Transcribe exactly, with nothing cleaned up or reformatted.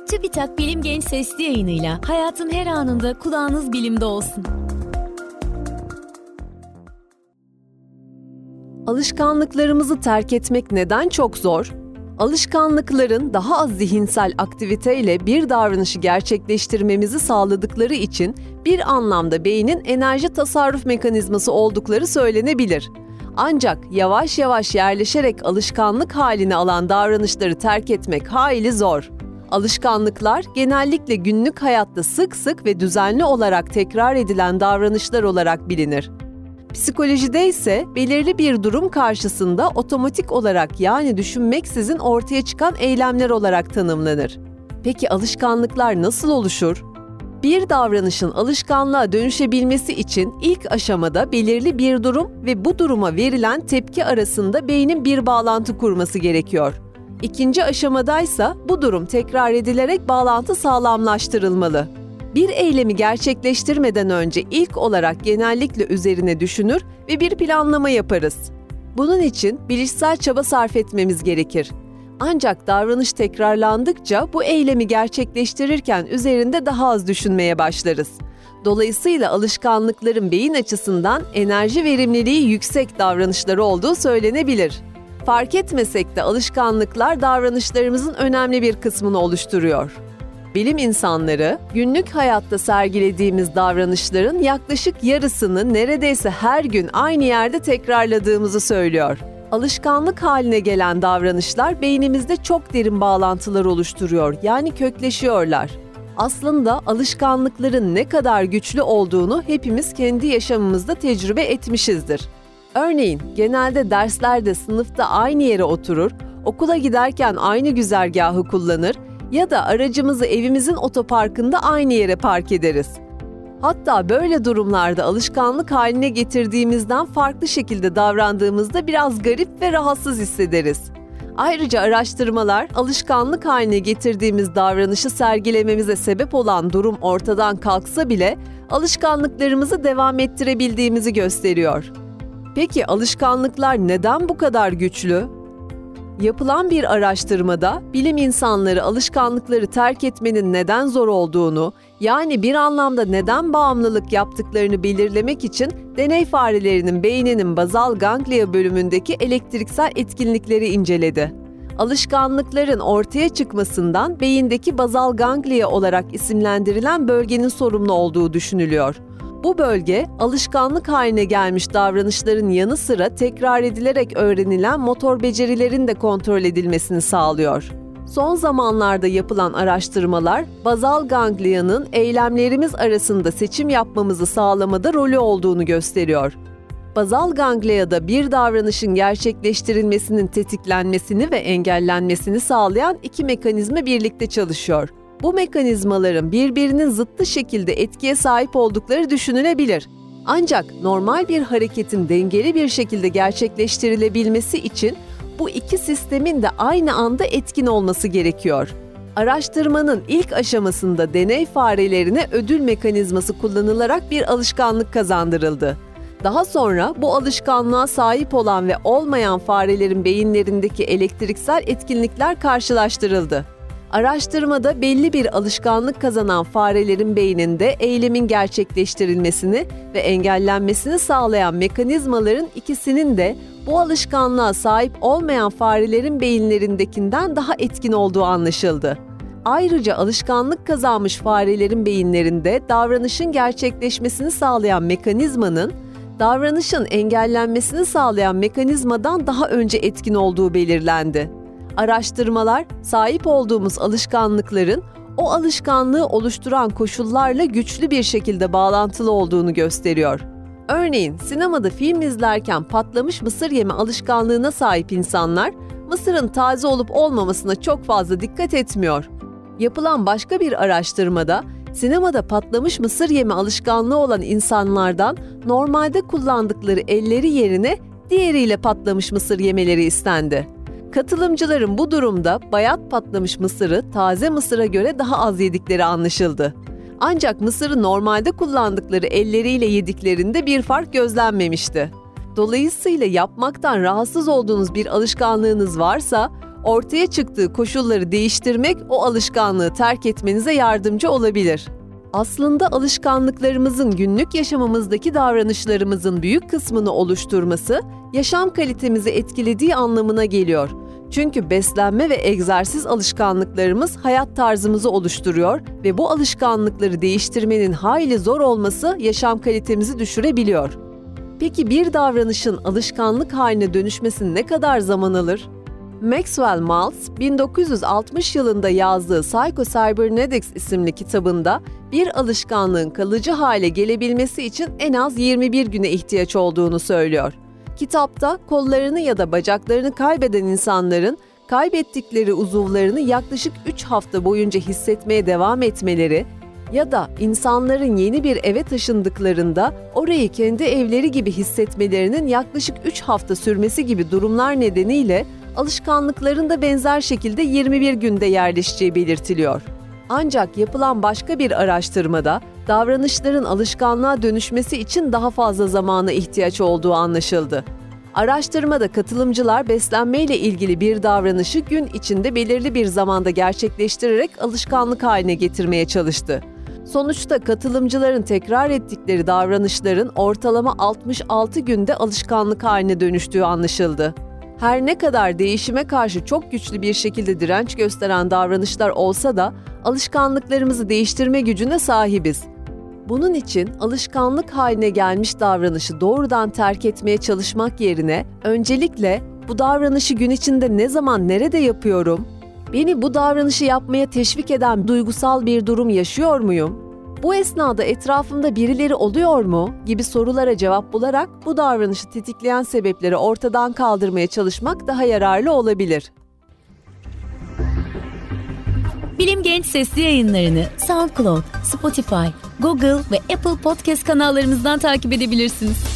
TÜBİTAK Bilim Genç Sesli yayınıyla hayatın her anında kulağınız bilimde olsun. Alışkanlıklarımızı terk etmek neden çok zor? Alışkanlıkların daha az zihinsel aktiviteyle bir davranışı gerçekleştirmemizi sağladıkları için bir anlamda beynin enerji tasarruf mekanizması oldukları söylenebilir. Ancak yavaş yavaş yerleşerek alışkanlık halini alan davranışları terk etmek hayli zor. Alışkanlıklar genellikle günlük hayatta sık sık ve düzenli olarak tekrar edilen davranışlar olarak bilinir. Psikolojide ise belirli bir durum karşısında otomatik olarak yani düşünmeksizin ortaya çıkan eylemler olarak tanımlanır. Peki alışkanlıklar nasıl oluşur? Bir davranışın alışkanlığa dönüşebilmesi için ilk aşamada belirli bir durum ve bu duruma verilen tepki arasında beynin bir bağlantı kurması gerekiyor. İkinci aşamadaysa bu durum tekrar edilerek bağlantı sağlamlaştırılmalı. Bir eylemi gerçekleştirmeden önce ilk olarak genellikle üzerine düşünür ve bir planlama yaparız. Bunun için bilişsel çaba sarf etmemiz gerekir. Ancak davranış tekrarlandıkça bu eylemi gerçekleştirirken üzerinde daha az düşünmeye başlarız. Dolayısıyla alışkanlıkların beyin açısından enerji verimliliği yüksek davranışları olduğu söylenebilir. Fark etmesek de alışkanlıklar davranışlarımızın önemli bir kısmını oluşturuyor. Bilim insanları, günlük hayatta sergilediğimiz davranışların yaklaşık yarısını neredeyse her gün aynı yerde tekrarladığımızı söylüyor. Alışkanlık haline gelen davranışlar beynimizde çok derin bağlantılar oluşturuyor, yani kökleşiyorlar. Aslında alışkanlıkların ne kadar güçlü olduğunu hepimiz kendi yaşamımızda tecrübe etmişizdir. Örneğin, genelde derslerde sınıfta aynı yere oturur, okula giderken aynı güzergahı kullanır ya da aracımızı evimizin otoparkında aynı yere park ederiz. Hatta böyle durumlarda alışkanlık haline getirdiğimizden farklı şekilde davrandığımızda biraz garip ve rahatsız hissederiz. Ayrıca araştırmalar, alışkanlık haline getirdiğimiz davranışı sergilememize sebep olan durum ortadan kalksa bile alışkanlıklarımızı devam ettirebildiğimizi gösteriyor. Peki alışkanlıklar neden bu kadar güçlü? Yapılan bir araştırmada bilim insanları alışkanlıkları terk etmenin neden zor olduğunu, yani bir anlamda neden bağımlılık yaptıklarını belirlemek için deney farelerinin beyninin bazal ganglia bölümündeki elektriksel etkinlikleri inceledi. Alışkanlıkların ortaya çıkmasından beyindeki bazal ganglia olarak isimlendirilen bölgenin sorumlu olduğu düşünülüyor. Bu bölge, alışkanlık haline gelmiş davranışların yanı sıra tekrar edilerek öğrenilen motor becerilerin de kontrol edilmesini sağlıyor. Son zamanlarda yapılan araştırmalar, bazal ganglia'nın eylemlerimiz arasında seçim yapmamızı sağlamada rolü olduğunu gösteriyor. Bazal ganglia'da bir davranışın gerçekleştirilmesinin tetiklenmesini ve engellenmesini sağlayan iki mekanizma birlikte çalışıyor. Bu mekanizmaların birbirinin zıttı şekilde etkiye sahip oldukları düşünülebilir. Ancak normal bir hareketin dengeli bir şekilde gerçekleştirilebilmesi için bu iki sistemin de aynı anda etkin olması gerekiyor. Araştırmanın ilk aşamasında deney farelerine ödül mekanizması kullanılarak bir alışkanlık kazandırıldı. Daha sonra bu alışkanlığa sahip olan ve olmayan farelerin beyinlerindeki elektriksel etkinlikler karşılaştırıldı. Araştırmada belli bir alışkanlık kazanan farelerin beyninde eylemin gerçekleştirilmesini ve engellenmesini sağlayan mekanizmaların ikisinin de bu alışkanlığa sahip olmayan farelerin beyinlerindekinden daha etkin olduğu anlaşıldı. Ayrıca alışkanlık kazanmış farelerin beyinlerinde davranışın gerçekleşmesini sağlayan mekanizmanın, davranışın engellenmesini sağlayan mekanizmadan daha önce etkin olduğu belirlendi. Araştırmalar, sahip olduğumuz alışkanlıkların o alışkanlığı oluşturan koşullarla güçlü bir şekilde bağlantılı olduğunu gösteriyor. Örneğin, sinemada film izlerken patlamış mısır yeme alışkanlığına sahip insanlar, mısırın taze olup olmamasına çok fazla dikkat etmiyor. Yapılan başka bir araştırmada, sinemada patlamış mısır yeme alışkanlığı olan insanlardan normalde kullandıkları elleri yerine diğeriyle patlamış mısır yemeleri istendi. Katılımcıların bu durumda bayat patlamış mısırı taze mısıra göre daha az yedikleri anlaşıldı. Ancak mısırı normalde kullandıkları elleriyle yediklerinde bir fark gözlenmemişti. Dolayısıyla yapmaktan rahatsız olduğunuz bir alışkanlığınız varsa, ortaya çıktığı koşulları değiştirmek o alışkanlığı terk etmenize yardımcı olabilir. Aslında alışkanlıklarımızın günlük yaşamımızdaki davranışlarımızın büyük kısmını oluşturması, yaşam kalitemizi etkilediği anlamına geliyor. Çünkü beslenme ve egzersiz alışkanlıklarımız hayat tarzımızı oluşturuyor ve bu alışkanlıkları değiştirmenin hayli zor olması yaşam kalitemizi düşürebiliyor. Peki bir davranışın alışkanlık haline dönüşmesi ne kadar zaman alır? Maxwell Maltz, bin dokuz yüz altmış yılında yazdığı Psycho-Cybernetics isimli kitabında bir alışkanlığın kalıcı hale gelebilmesi için en az yirmi bir güne ihtiyaç olduğunu söylüyor. Kitapta kollarını ya da bacaklarını kaybeden insanların kaybettikleri uzuvlarını yaklaşık üç hafta boyunca hissetmeye devam etmeleri ya da insanların yeni bir eve taşındıklarında orayı kendi evleri gibi hissetmelerinin yaklaşık üç hafta sürmesi gibi durumlar nedeniyle alışkanlıkların da benzer şekilde yirmi bir günde yerleşeceği belirtiliyor. Ancak yapılan başka bir araştırmada davranışların alışkanlığa dönüşmesi için daha fazla zamana ihtiyaç olduğu anlaşıldı. Araştırmada katılımcılar beslenmeyle ilgili bir davranışı gün içinde belirli bir zamanda gerçekleştirerek alışkanlık haline getirmeye çalıştı. Sonuçta katılımcıların tekrar ettikleri davranışların ortalama altmış altı günde alışkanlık haline dönüştüğü anlaşıldı. Her ne kadar değişime karşı çok güçlü bir şekilde direnç gösteren davranışlar olsa da alışkanlıklarımızı değiştirme gücüne sahibiz. Bunun için alışkanlık haline gelmiş davranışı doğrudan terk etmeye çalışmak yerine öncelikle bu davranışı gün içinde ne zaman nerede yapıyorum? Beni bu davranışı yapmaya teşvik eden duygusal bir durum yaşıyor muyum? Bu esnada etrafımda birileri oluyor mu? Gibi sorulara cevap bularak bu davranışı tetikleyen sebepleri ortadan kaldırmaya çalışmak daha yararlı olabilir. Bilim Genç sesli yayınlarını SoundCloud, Spotify, Google ve Apple Podcast kanallarımızdan takip edebilirsiniz.